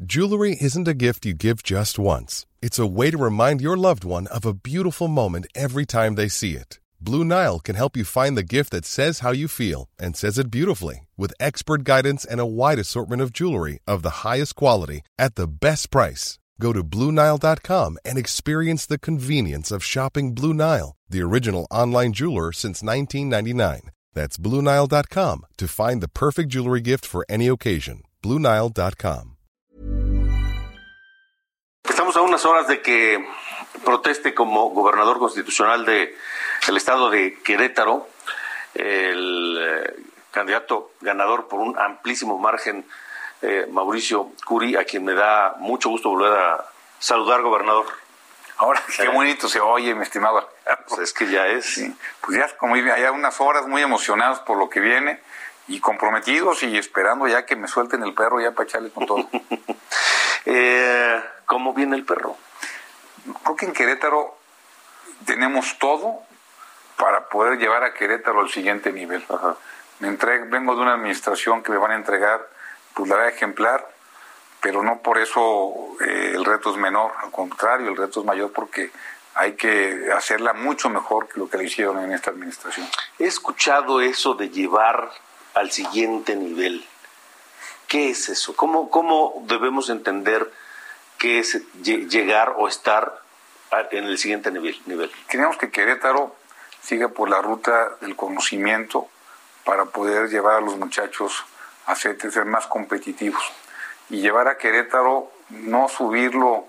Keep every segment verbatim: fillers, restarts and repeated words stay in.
Jewelry isn't a gift you give just once. It's a way to remind your loved one of a beautiful moment every time they see it. Blue Nile can help you find the gift that says how you feel and says it beautifully, with expert guidance and a wide assortment of jewelry of the highest quality at the best price. Go to Blue Nile dot com and experience the convenience of shopping Blue Nile, the original online jeweler since nineteen ninety-nine. That's Blue Nile dot com to find the perfect jewelry gift for any occasion. Blue Nile dot com. Estamos a unas horas de que proteste como gobernador constitucional de el estado de Querétaro el eh, candidato ganador por un amplísimo margen, eh, Mauricio Curi, a quien me da mucho gusto volver a saludar, gobernador. Ahora, qué bonito se oye, mi estimado. Pues es que ya es. Sí, pues ya como hay unas horas muy emocionados por lo que viene y comprometidos y esperando ya que me suelten el perro ya para echarle con todo. eh, ¿Cómo viene el perro? Creo que en Querétaro tenemos todo para poder llevar a Querétaro al siguiente nivel. Ajá. Me entrego, vengo de una administración que me van a entregar pues la verdad ejemplar, pero no por eso eh, el reto es menor, al contrario, el reto es mayor porque hay que hacerla mucho mejor que lo que le hicieron en esta administración. He escuchado eso de llevar al siguiente nivel. ¿Qué es eso? ¿Cómo, cómo debemos entender qué es llegar o estar en el siguiente nivel? nivel? Queremos que Querétaro siga por la ruta del conocimiento para poder llevar a los muchachos a ser, a ser más competitivos y llevar a Querétaro, no subirlo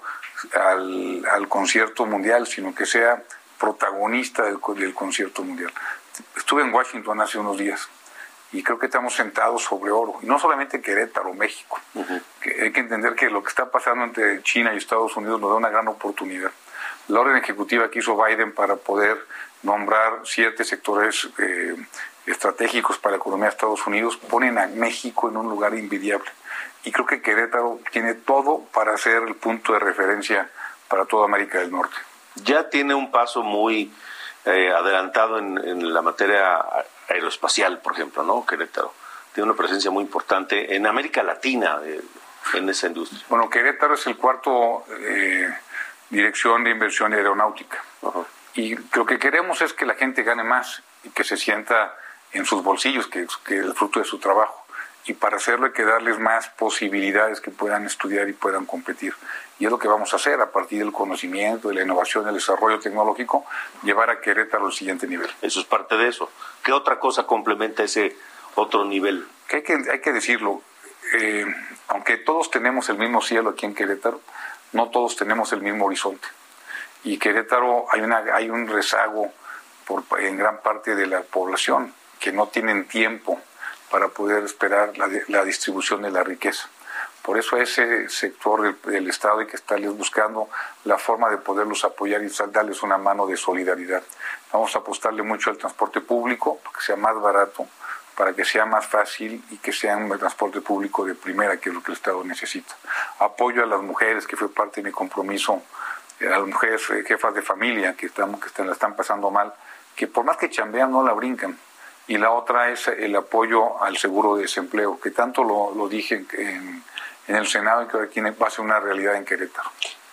al, al concierto mundial, sino que sea protagonista del, del concierto mundial. Estuve en Washington hace unos días y creo que estamos sentados sobre oro, y no solamente Querétaro, México. Uh-huh. Que hay que entender que lo que está pasando entre China y Estados Unidos nos da una gran oportunidad. La orden ejecutiva que hizo Biden para poder nombrar siete sectores eh, estratégicos para la economía de Estados Unidos ponen a México en un lugar envidiable. Y creo que Querétaro tiene todo para ser el punto de referencia para toda América del Norte. Ya tiene un paso muy eh, adelantado en, en la materia aeroespacial, por ejemplo, ¿no? Querétaro tiene una presencia muy importante en América Latina eh, en esa industria. Bueno, Querétaro es el cuarto eh, dirección de inversión aeronáutica. Uh-huh. Y lo que queremos es que la gente gane más y que se sienta en sus bolsillos, que, que el fruto de su trabajo. Y para hacerlo hay que darles más posibilidades que puedan estudiar y puedan competir. Y es lo que vamos a hacer a partir del conocimiento, de la innovación, del desarrollo tecnológico, llevar a Querétaro al siguiente nivel. Eso es parte de eso. ¿Qué otra cosa complementa ese otro nivel? Que hay que, hay que decirlo, eh, aunque todos tenemos el mismo cielo aquí en Querétaro, no todos tenemos el mismo horizonte. Y Querétaro hay, una, hay un rezago por, en gran parte de la población que no tienen tiempo para poder esperar la, la distribución de la riqueza. Por eso ese sector del, del Estado hay que estarles buscando la forma de poderlos apoyar y darles una mano de solidaridad. Vamos a apostarle mucho al transporte público, para que sea más barato, para que sea más fácil y que sea un transporte público de primera, que es lo que el Estado necesita. Apoyo a las mujeres, que fue parte de mi compromiso, a las mujeres jefas de familia que, están, que están, la están pasando mal, que por más que chambean no la brincan. Y la otra es el apoyo al seguro de desempleo, que tanto lo, lo dije en, en el Senado y que ahora aquí va a ser una realidad en Querétaro.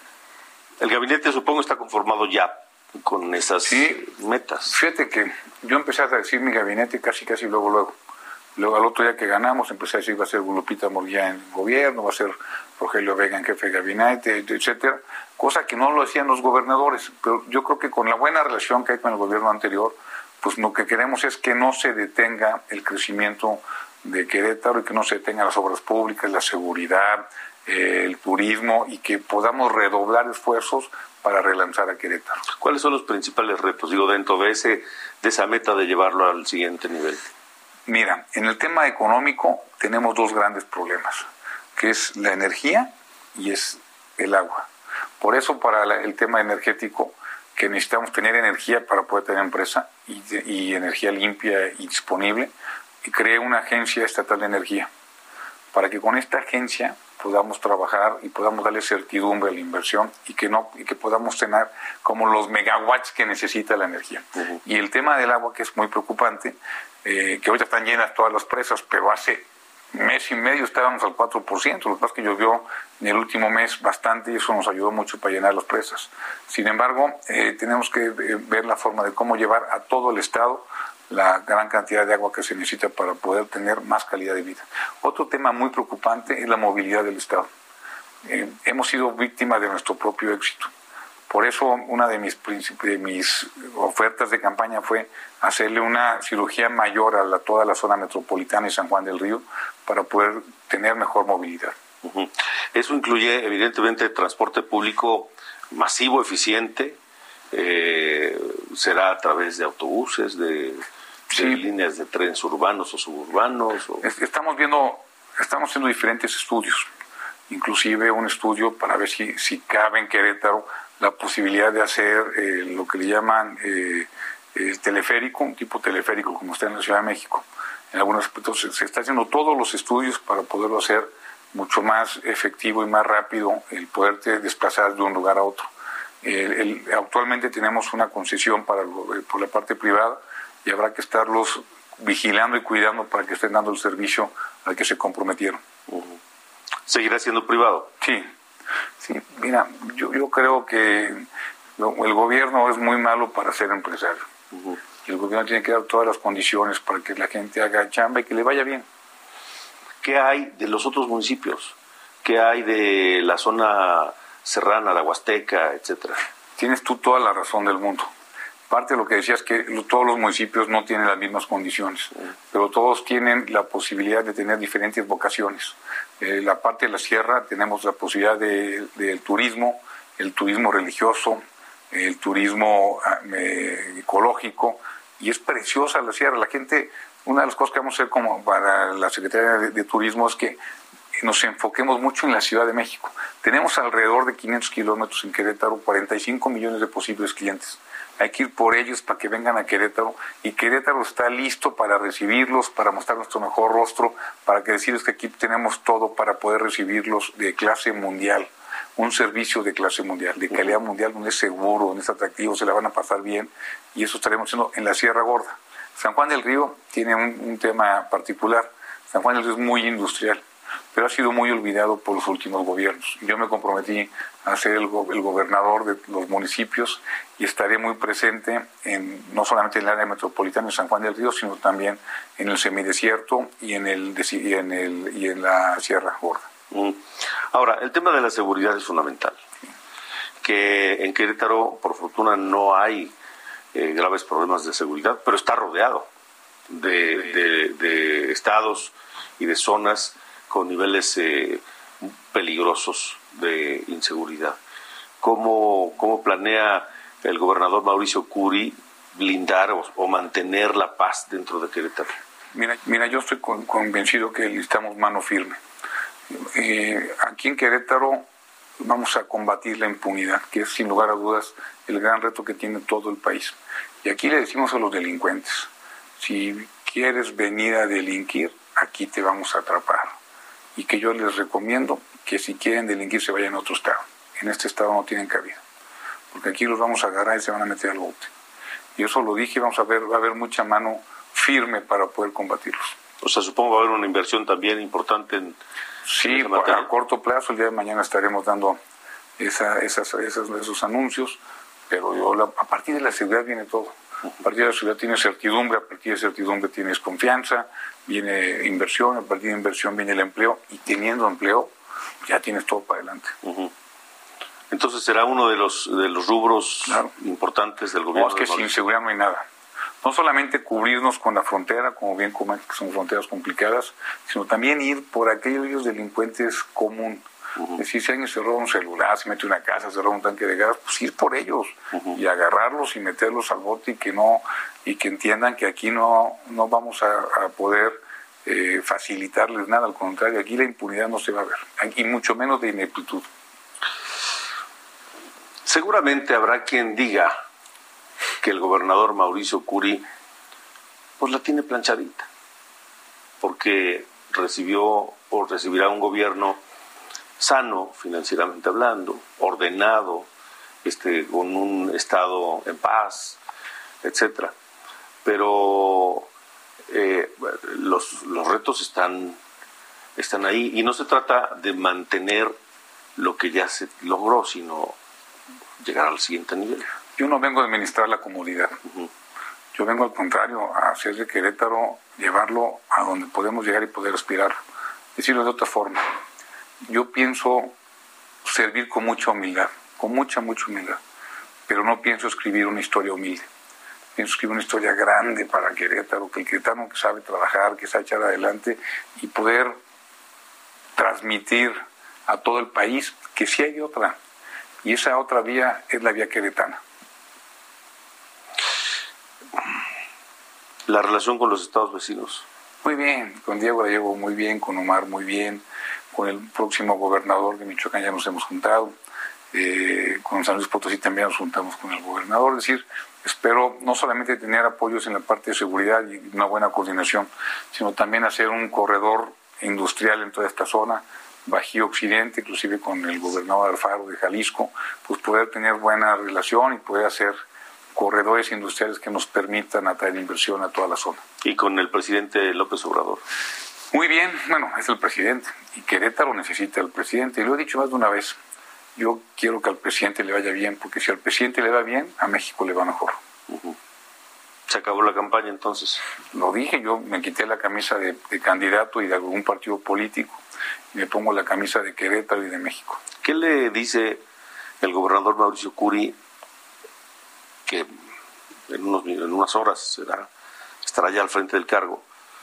El gabinete, supongo, está conformado ya con esas sí, metas. Fíjate que yo empecé a decir mi gabinete casi, casi luego, luego. Luego al otro día que ganamos empecé a decir va a ser Lupita Murguía en gobierno, va a ser Rogelio Vega en jefe de gabinete, etcétera. Cosa que no lo hacían los gobernadores. Pero yo creo que con la buena relación que hay con el gobierno anterior, pues lo que queremos es que no se detenga el crecimiento de Querétaro y que no se detengan las obras públicas, la seguridad, eh, el turismo, y que podamos redoblar esfuerzos para relanzar a Querétaro. ¿Cuáles son los principales retos, digo, dentro de ese de esa meta de llevarlo al siguiente nivel? Mira, en el tema económico tenemos dos grandes problemas, que es la energía y es el agua. Por eso para la, el tema energético, que necesitamos tener energía para poder tener empresa y, y energía limpia y disponible, y creé una agencia estatal de energía para que con esta agencia podamos trabajar y podamos darle certidumbre a la inversión y que no y que podamos tener como los megawatts que necesita la energía. Uh-huh. Y el tema del agua, que es muy preocupante, eh, que ahorita están llenas todas las presas, pero hace mes y medio estábamos al cuatro por ciento, lo que pasa es que llovió en el último mes bastante y eso nos ayudó mucho para llenar las presas. Sin embargo, eh, tenemos que ver la forma de cómo llevar a todo el estado la gran cantidad de agua que se necesita para poder tener más calidad de vida. Otro tema muy preocupante es la movilidad del estado. Eh, hemos sido víctimas de nuestro propio éxito. Por eso una de mis, de mis ofertas de campaña fue hacerle una cirugía mayor a la, toda la zona metropolitana y San Juan del Río para poder tener mejor movilidad. Uh-huh. Eso incluye evidentemente transporte público masivo, eficiente, eh, será a través de autobuses, de, de sí. líneas de trenes urbanos o suburbanos. O... Estamos viendo, estamos haciendo diferentes estudios, inclusive un estudio para ver si, si cabe en Querétaro la posibilidad de hacer eh, lo que le llaman eh, el teleférico, un tipo teleférico como está en la Ciudad de México. En algunos aspectos se, se está haciendo todos los estudios para poderlo hacer mucho más efectivo y más rápido, el poderte desplazar de un lugar a otro. El, el, actualmente tenemos una concesión para por la parte privada y habrá que estarlos vigilando y cuidando para que estén dando el servicio al que se comprometieron. Uh-huh. ¿Seguirá siendo privado? Sí. Sí, mira, yo, yo creo que lo, el gobierno es muy malo para ser empresario. Uh-huh. Y el gobierno tiene que dar todas las condiciones para que la gente haga chamba y que le vaya bien. ¿Qué hay de los otros municipios? ¿Qué hay de la zona serrana, la Huasteca, etcétera? Tienes tú toda la razón del mundo. Parte de lo que decías que todos los municipios no tienen las mismas condiciones, uh-huh. pero todos tienen la posibilidad de tener diferentes vocaciones. Eh, la parte de la sierra tenemos la posibilidad del de, de turismo, el turismo religioso, el turismo eh, ecológico, y es preciosa la sierra. La gente, una de las cosas que vamos a hacer como para la Secretaría de, de Turismo es que nos enfoquemos mucho en la Ciudad de México. Tenemos alrededor de quinientos kilómetros en Querétaro, cuarenta y cinco millones de posibles clientes. Hay que ir por ellos para que vengan a Querétaro, y Querétaro está listo para recibirlos, para mostrar nuestro mejor rostro, para que decirles que aquí tenemos todo para poder recibirlos de clase mundial, un servicio de clase mundial, de calidad mundial, donde es seguro, donde es atractivo, se la van a pasar bien, y eso estaremos haciendo en la Sierra Gorda. San Juan del Río tiene un, un tema particular. San Juan del Río es muy industrial, pero ha sido muy olvidado por los últimos gobiernos. Yo me comprometí a ser el, go- el gobernador de los municipios y estaré muy presente en, no solamente en el área metropolitana de San Juan del Río, sino también en el semidesierto y en, el, y en, el, y en la Sierra Gorda. Mm. Ahora, el tema de la seguridad es fundamental. Que en Querétaro, por fortuna, no hay eh, graves problemas de seguridad, pero está rodeado de, de, de estados y de zonas con niveles eh, peligrosos de inseguridad. ¿Cómo, cómo planea el gobernador Mauricio Curi blindar o, o mantener la paz dentro de Querétaro? Mira, mira yo estoy con, convencido que necesitamos mano firme. Eh, aquí en Querétaro vamos a combatir la impunidad, que es sin lugar a dudas el gran reto que tiene todo el país. Y aquí le decimos a los delincuentes, si quieres venir a delinquir, aquí te vamos a atrapar. Y que yo les recomiendo que si quieren delinquir se vayan a otro estado. En este estado no tienen cabida, porque aquí los vamos a agarrar y se van a meter al bote. Y eso lo dije, vamos a ver, va a haber mucha mano firme para poder combatirlos. O sea, supongo va a haber una inversión también importante en... Sí, a corto plazo, el día de mañana estaremos dando esa, esas, esas, esos anuncios, pero yo la, a partir de la seguridad viene todo. A partir de la seguridad tienes certidumbre, a partir de certidumbre tienes confianza, viene inversión, a partir de inversión viene el empleo, y teniendo empleo ya tienes todo para adelante. Uh-huh. Entonces será uno de los de los rubros claro. importantes del gobierno. No, es que sin seguridad no hay nada. No solamente cubrirnos con la frontera, como bien comentan, que son fronteras complicadas, sino también ir por aquellos delincuentes común. Uh-huh. Es decir, si alguien se roba un celular, se mete una casa, se roba un tanque de gas, pues ir por ellos uh-huh. y agarrarlos y meterlos al bote, y que no y que entiendan que aquí no, no vamos a, a poder eh, facilitarles nada, al contrario, aquí la impunidad no se va a ver, y mucho menos de ineptitud. Seguramente habrá quien diga que el gobernador Mauricio Curi pues la tiene planchadita, porque recibió o recibirá un gobierno sano financieramente hablando, ordenado, este, con un estado en paz, etcétera. Pero eh, los, los retos están están ahí. Y no se trata de mantener lo que ya se logró, sino llegar al siguiente nivel. Yo no vengo a administrar la comodidad. Uh-huh. Yo vengo al contrario, a hacer de Querétaro, llevarlo a donde podemos llegar y poder aspirar. Decirlo de otra forma, yo pienso servir con mucha humildad, con mucha, mucha humildad, pero no pienso escribir una historia humilde. Pienso escribir una historia grande para Querétaro, que el queretano que sabe trabajar, que sabe echar adelante y poder transmitir a todo el país que sí hay otra. Y esa otra vía es la vía queretana. La relación con los estados vecinos. Muy bien, con Diego la llevo muy bien, con Omar muy bien, con el próximo gobernador de Michoacán ya nos hemos juntado, eh, con San Luis Potosí también nos juntamos con el gobernador. Es decir, espero no solamente tener apoyos en la parte de seguridad y una buena coordinación, sino también hacer un corredor industrial en toda esta zona, Bajío Occidente, inclusive con el gobernador Alfaro de Jalisco, pues poder tener buena relación y poder hacer corredores industriales que nos permitan atraer inversión a toda la zona. ¿Y con el presidente López Obrador? Muy bien, bueno, es el presidente, y Querétaro necesita al presidente, y lo he dicho más de una vez, yo quiero que al presidente le vaya bien, porque si al presidente le va bien, a México le va mejor. Uh-huh. ¿Se acabó la campaña entonces? Lo dije, yo me quité la camisa de, de candidato y de algún partido político, y me pongo la camisa de Querétaro y de México. ¿Qué le dice el gobernador Mauricio Curi, que en, unos, en unas horas será, estará ya al frente del cargo,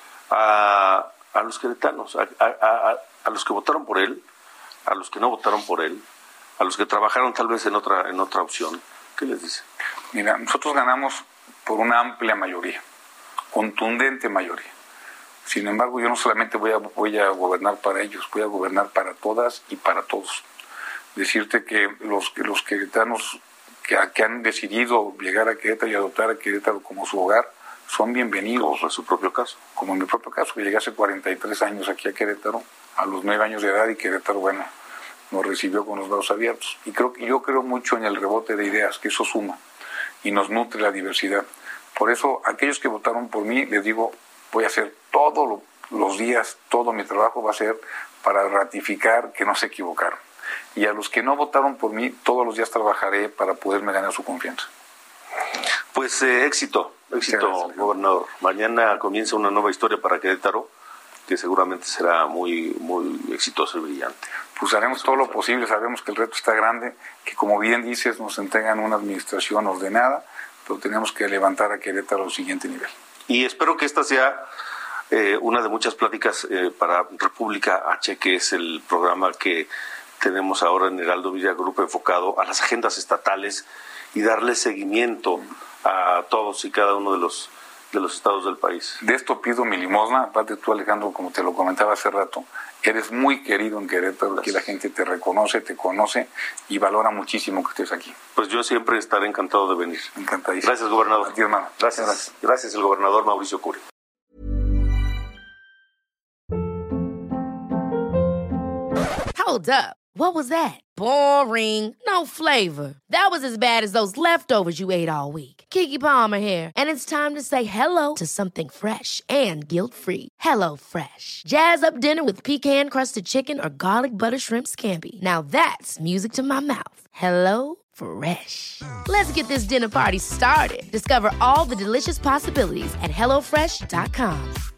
a, a los queretanos, a, a, a, a los que votaron por él, a los que no votaron por él, a los que trabajaron tal vez en otra, en otra opción? ¿Qué les dice? Mira, nosotros ganamos por una amplia mayoría, contundente mayoría. Sin embargo, yo no solamente voy a, voy a gobernar para ellos, voy a gobernar para todas y para todos. Decirte que los, que los queretanos que, que han decidido llegar a Querétaro y adoptar a Querétaro como su hogar, son bienvenidos. Como fue su propio caso. Como en mi propio caso, que llegué hace cuarenta y tres años aquí a Querétaro, a los nueve años de edad, y Querétaro, bueno, nos recibió con los brazos abiertos. Y creo que yo creo mucho en el rebote de ideas, que eso suma y nos nutre la diversidad. Por eso, aquellos que votaron por mí, les digo, voy a hacer todos lo, los días, todo mi trabajo va a ser para ratificar que no se equivocaron. Y a los que no votaron por mí, todos los días trabajaré para poderme ganar su confianza. Pues eh, éxito, éxito, gracias, gobernador. Mañana comienza una nueva historia para Querétaro, que seguramente será muy, muy exitosa y brillante. Pues haremos todo lo posible, sabemos que el reto está grande, que como bien dices, nos entregan una administración ordenada, pero tenemos que levantar a Querétaro al siguiente nivel. Y espero que esta sea eh, una de muchas pláticas eh, para República H, que es el programa que tenemos ahora en Heraldo Media Group, enfocado a las agendas estatales y darle seguimiento a todos y cada uno de los de los estados del país. De esto pido mi limosna. Aparte tú, Alejandro, como te lo comentaba hace rato, eres muy querido en Querétaro. Gracias. Aquí la gente te reconoce, te conoce y valora muchísimo que estés aquí. Pues yo siempre estaré encantado de venir. Encantadísimo. Gracias, gobernador. A ti, hermano. Gracias. Gracias, Gracias el gobernador Mauricio Curi. Hold up. What was that? Boring. No flavor. That was as bad as those leftovers you ate all week. Keke Palmer here, and it's time to say hello to something fresh and guilt-free. Hello Fresh. Jazz up dinner with pecan-crusted chicken or garlic butter shrimp scampi. Now that's music to my mouth. Hello Fresh. Let's get this dinner party started. Discover all the delicious possibilities at hello fresh dot com.